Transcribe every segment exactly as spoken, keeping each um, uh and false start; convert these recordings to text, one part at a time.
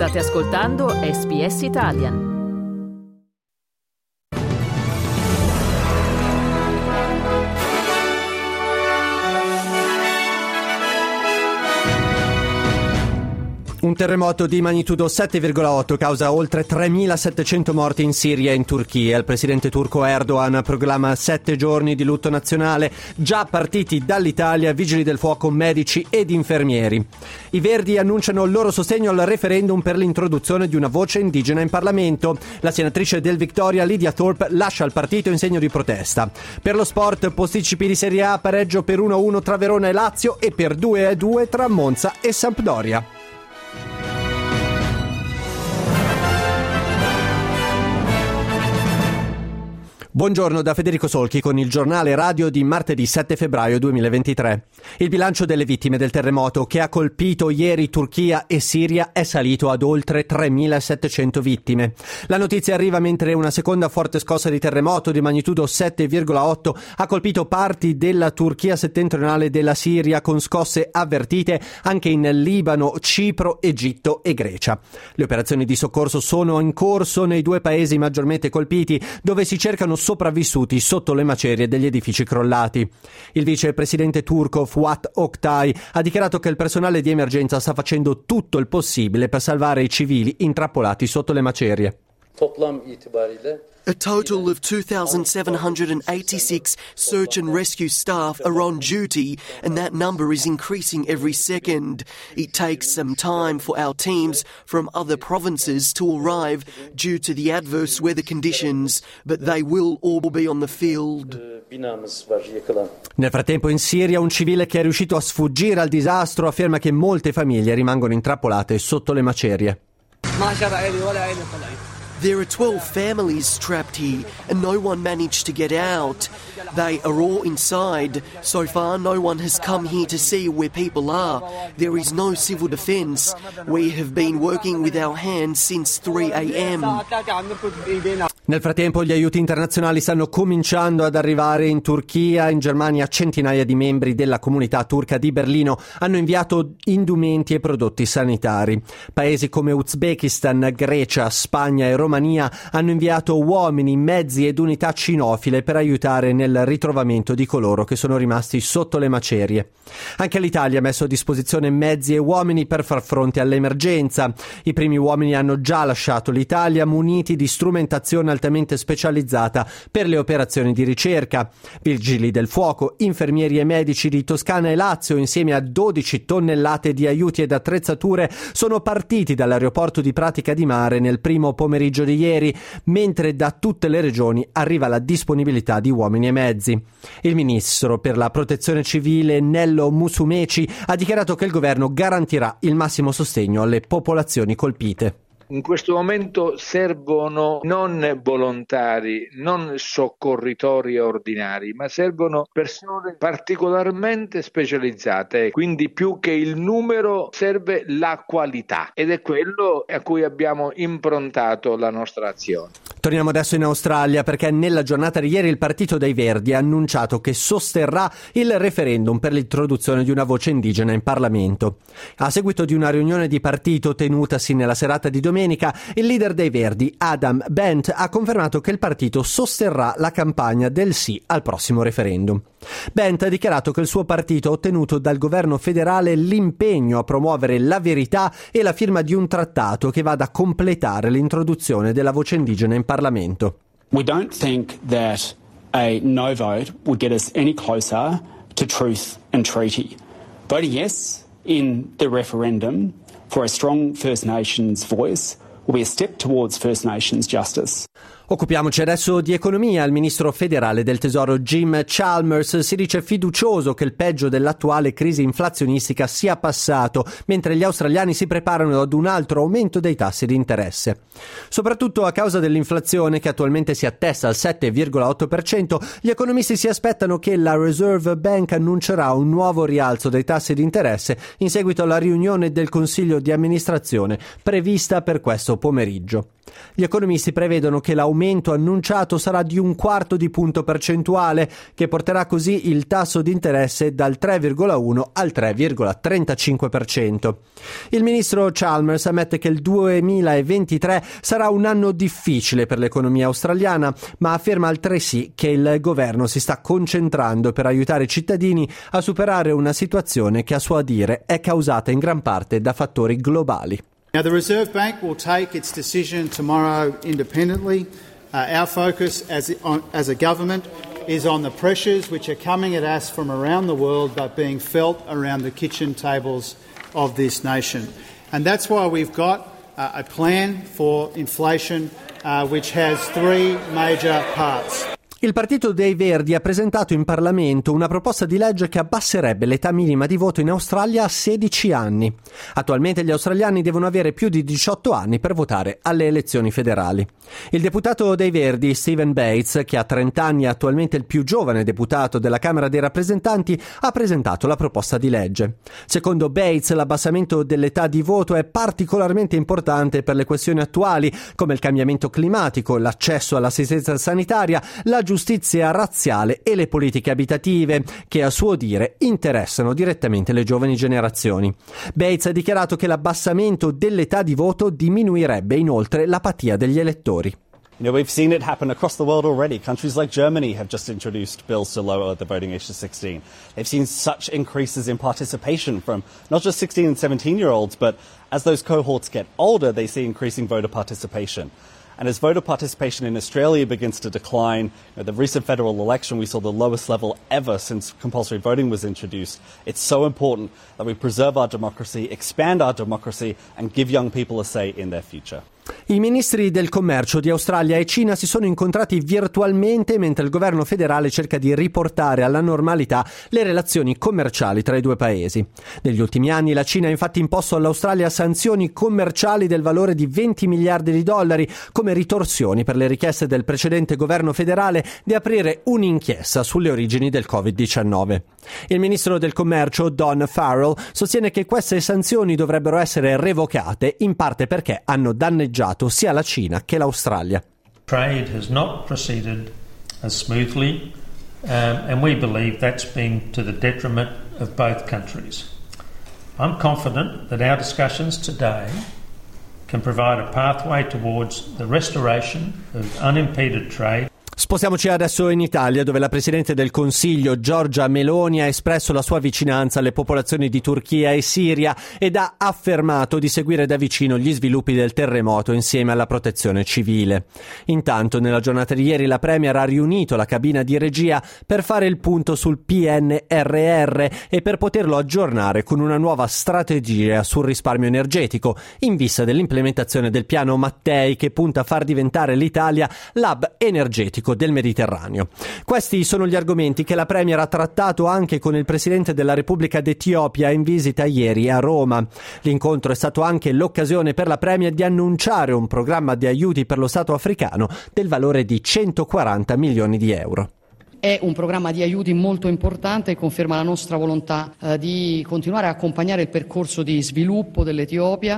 State ascoltando S B S Italian. Un terremoto di magnitudo sette virgola otto causa oltre tremilasettecento morti in Siria e in Turchia. Il presidente turco Erdogan proclama sette giorni di lutto nazionale, già partiti dall'Italia vigili del fuoco, medici ed infermieri. I Verdi annunciano il loro sostegno al referendum per l'introduzione di una voce indigena in Parlamento. La senatrice del Victoria, Lydia Thorpe, lascia il partito in segno di protesta. Per lo sport, posticipi di Serie A, pareggio per uno a uno tra Verona e Lazio e per due a due tra Monza e Sampdoria. Buongiorno da Federico Solchi con il giornale radio di martedì sette febbraio duemilaventitré. Il bilancio delle vittime del terremoto che ha colpito ieri Turchia e Siria è salito ad oltre tremilasettecento vittime. La notizia arriva mentre una seconda forte scossa di terremoto di magnitudo sette virgola otto ha colpito parti della Turchia settentrionale e della Siria, con scosse avvertite anche in Libano, Cipro, Egitto e Grecia. Le operazioni di soccorso sono in corso nei due paesi maggiormente colpiti, dove si cercano sopravvissuti sotto le macerie degli edifici crollati. Il vicepresidente turco Fuat Oktay ha dichiarato che il personale di emergenza sta facendo tutto il possibile per salvare i civili intrappolati sotto le macerie. A total of two thousand seven hundred eighty-six search and rescue staff are on duty, and that number is increasing every second. It takes some time for our teams from other provinces to arrive due to the adverse weather conditions, but they will all be on the field. Nel frattempo in Siria un civile che è riuscito a sfuggire al disastro afferma che molte famiglie rimangono intrappolate sotto le macerie. There are twelve families trapped here and no one managed to get out. They are all inside. So far no one has come here to see where people are. There is no civil defence. We have been working with our hands since three a.m. Nel frattempo gli aiuti internazionali stanno cominciando ad arrivare in Turchia. In Germania centinaia di membri della comunità turca di Berlino hanno inviato indumenti e prodotti sanitari. Paesi come Uzbekistan, Grecia, Spagna e Romania hanno inviato uomini, mezzi ed unità cinofile per aiutare nel ritrovamento di coloro che sono rimasti sotto le macerie. Anche l'Italia ha messo a disposizione mezzi e uomini per far fronte all'emergenza. I primi uomini hanno già lasciato l'Italia muniti di strumentazione altamente specializzata per le operazioni di ricerca. Vigili del fuoco, infermieri e medici di Toscana e Lazio, insieme a dodici tonnellate di aiuti ed attrezzature, sono partiti dall'aeroporto di Pratica di Mare nel primo pomeriggio di ieri, mentre da tutte le regioni arriva la disponibilità di uomini e mezzi. Il ministro per la protezione civile Nello Musumeci ha dichiarato che il governo garantirà il massimo sostegno alle popolazioni colpite. In questo momento servono non volontari, non soccorritori ordinari, ma servono persone particolarmente specializzate. Quindi più che il numero serve la qualità, ed è quello a cui abbiamo improntato la nostra azione. Torniamo adesso in Australia, perché nella giornata di ieri il Partito dei Verdi ha annunciato che sosterrà il referendum per l'introduzione di una voce indigena in Parlamento. A seguito di una riunione di partito tenutasi nella serata di domenica, il leader dei Verdi, Adam Bent, ha confermato che il partito sosterrà la campagna del sì al prossimo referendum. Bent ha dichiarato che il suo partito ha ottenuto dal governo federale l'impegno a promuovere la verità e la firma di un trattato che vada a completare l'introduzione della voce indigena in Parlamento. We don't think that a no vote would get us any closer to truth and treaty. Voting yes in the referendum for a strong First Nations voice will be a step towards First Nations justice. Occupiamoci adesso di economia. Il ministro federale del tesoro Jim Chalmers si dice fiducioso che il peggio dell'attuale crisi inflazionistica sia passato, mentre gli australiani si preparano ad un altro aumento dei tassi di interesse. Soprattutto a causa dell'inflazione, che attualmente si attesta al sette virgola otto per cento, gli economisti si aspettano che la Reserve Bank annuncerà un nuovo rialzo dei tassi di interesse in seguito alla riunione del Consiglio di amministrazione prevista per questo pomeriggio. Gli economisti prevedono che l'aumento annunciato sarà di un quarto di punto percentuale, che porterà così il tasso di interesse dal tre virgola uno al tre virgola trentacinque per cento. Il ministro Chalmers ammette che il duemilaventitré sarà un anno difficile per l'economia australiana, ma afferma altresì che il governo si sta concentrando per aiutare i cittadini a superare una situazione che a suo dire è causata in gran parte da fattori globali. Now, the Reserve Bank will take its decision tomorrow independently. Uh, our focus as, on, as a government is on the pressures which are coming at us from around the world but being felt around the kitchen tables of this nation. And that's why we've got uh, a plan for inflation uh, which has three major parts. Il Partito dei Verdi ha presentato in Parlamento una proposta di legge che abbasserebbe l'età minima di voto in Australia a sedici anni. Attualmente gli australiani devono avere più di diciotto anni per votare alle elezioni federali. Il deputato dei Verdi, Stephen Bates, che ha trenta anni e attualmente il più giovane deputato della Camera dei Rappresentanti, ha presentato la proposta di legge. Secondo Bates, l'abbassamento dell'età di voto è particolarmente importante per le questioni attuali, come il cambiamento climatico, l'accesso all'assistenza sanitaria, la giustizia razziale e le politiche abitative, che a suo dire interessano direttamente le giovani generazioni. Bates ha dichiarato che l'abbassamento dell'età di voto diminuirebbe inoltre l'apatia degli elettori. You know, we've seen it happen across the world already. Countries like Germany have just introduced bills to lower the voting age to sixteen. They've seen such increases in participation from not just sixteen and seventeen year olds, but as those cohorts get older, they see increasing voter participation. And as voter participation in Australia begins to decline, you know, the recent federal election, we saw the lowest level ever since compulsory voting was introduced. It's so important that we preserve our democracy, expand our democracy, and give young people a say in their future. I ministri del commercio di Australia e Cina si sono incontrati virtualmente mentre il governo federale cerca di riportare alla normalità le relazioni commerciali tra i due paesi. Negli ultimi anni la Cina ha infatti imposto all'Australia sanzioni commerciali del valore di venti miliardi di dollari come ritorsioni per le richieste del precedente governo federale di aprire un'inchiesta sulle origini del covid diciannove. Il ministro del commercio Don Farrell sostiene che queste sanzioni dovrebbero essere revocate, in parte perché hanno danneggiato sia la Cina che l'Australia. Trade has not proceeded as smoothly, um, and we believe that's been to the detriment of both countries. I'm confident that our discussions today can provide a pathway towards the restoration of unimpeded trade. Spostiamoci adesso in Italia, dove la Presidente del Consiglio Giorgia Meloni ha espresso la sua vicinanza alle popolazioni di Turchia e Siria ed ha affermato di seguire da vicino gli sviluppi del terremoto insieme alla protezione civile. Intanto, nella giornata di ieri, la Premier ha riunito la cabina di regia per fare il punto sul P N R R e per poterlo aggiornare con una nuova strategia sul risparmio energetico, in vista dell'implementazione del piano Mattei, che punta a far diventare l'Italia l'hub energetico del Mediterraneo. Questi sono gli argomenti che la Premier ha trattato anche con il Presidente della Repubblica d'Etiopia in visita ieri a Roma. L'incontro è stato anche l'occasione per la Premier di annunciare un programma di aiuti per lo Stato africano del valore di centoquaranta milioni di euro. È un programma di aiuti molto importante e conferma la nostra volontà eh, di continuare a accompagnare il percorso di sviluppo dell'Etiopia.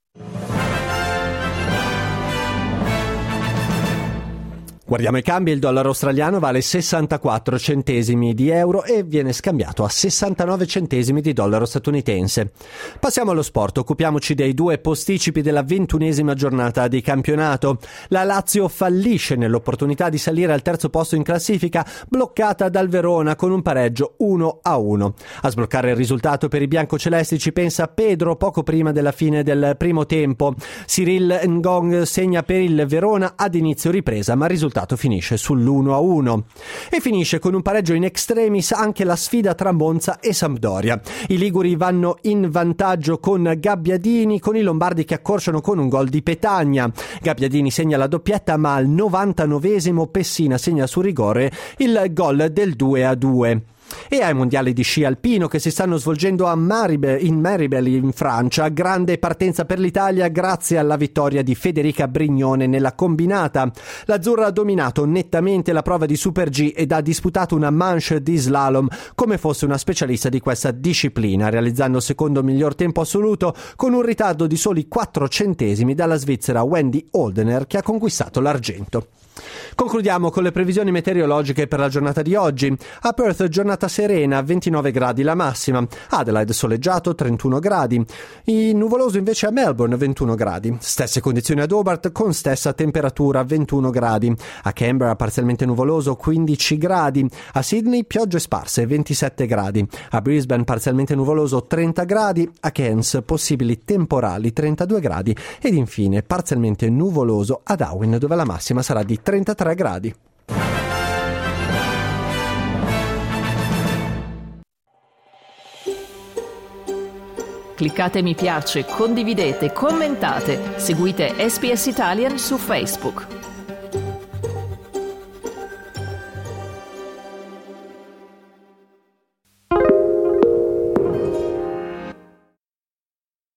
Guardiamo i cambi, il dollaro australiano vale sessantaquattro centesimi di euro e viene scambiato a sessantanove centesimi di dollaro statunitense. Passiamo allo sport, occupiamoci dei due posticipi della ventunesima giornata di campionato. La Lazio fallisce nell'opportunità di salire al terzo posto in classifica, bloccata dal Verona con un pareggio uno a uno. A sbloccare il risultato per i biancocelesti ci pensa Pedro poco prima della fine del primo tempo. Cyril Ngong segna per il Verona ad inizio ripresa, ma il risultato finisce sull'uno a uno. E finisce con un pareggio in extremis anche la sfida tra Monza e Sampdoria. I liguri vanno in vantaggio con Gabbiadini, con i lombardi che accorciano con un gol di Petagna. Gabbiadini segna la doppietta, ma al novantanovesimo Pessina segna su rigore il gol del due a due. E ai mondiali di sci alpino che si stanno svolgendo a Maribel, in Maribel in Francia, grande partenza per l'Italia grazie alla vittoria di Federica Brignone nella combinata. L'azzurra ha dominato nettamente la prova di Super G ed ha disputato una manche di slalom come fosse una specialista di questa disciplina, realizzando il secondo miglior tempo assoluto con un ritardo di soli quattro centesimi dalla svizzera Wendy Holdener, che ha conquistato l'argento. Concludiamo con le previsioni meteorologiche per la giornata di oggi. A Perth giornata serena, ventinove gradi la massima. Adelaide soleggiato, trentuno gradi. In nuvoloso invece a Melbourne, ventuno gradi. Stesse condizioni ad Hobart con stessa temperatura, ventuno gradi. A Canberra parzialmente nuvoloso, quindici gradi. A Sydney piogge sparse, ventisette gradi. A Brisbane parzialmente nuvoloso, trenta gradi. A Cairns possibili temporali, trentadue gradi. Ed infine parzialmente nuvoloso a Darwin, dove la massima sarà di trentatré gradi. Cliccate mi piace, condividete, commentate, seguite S B S Italian su Facebook.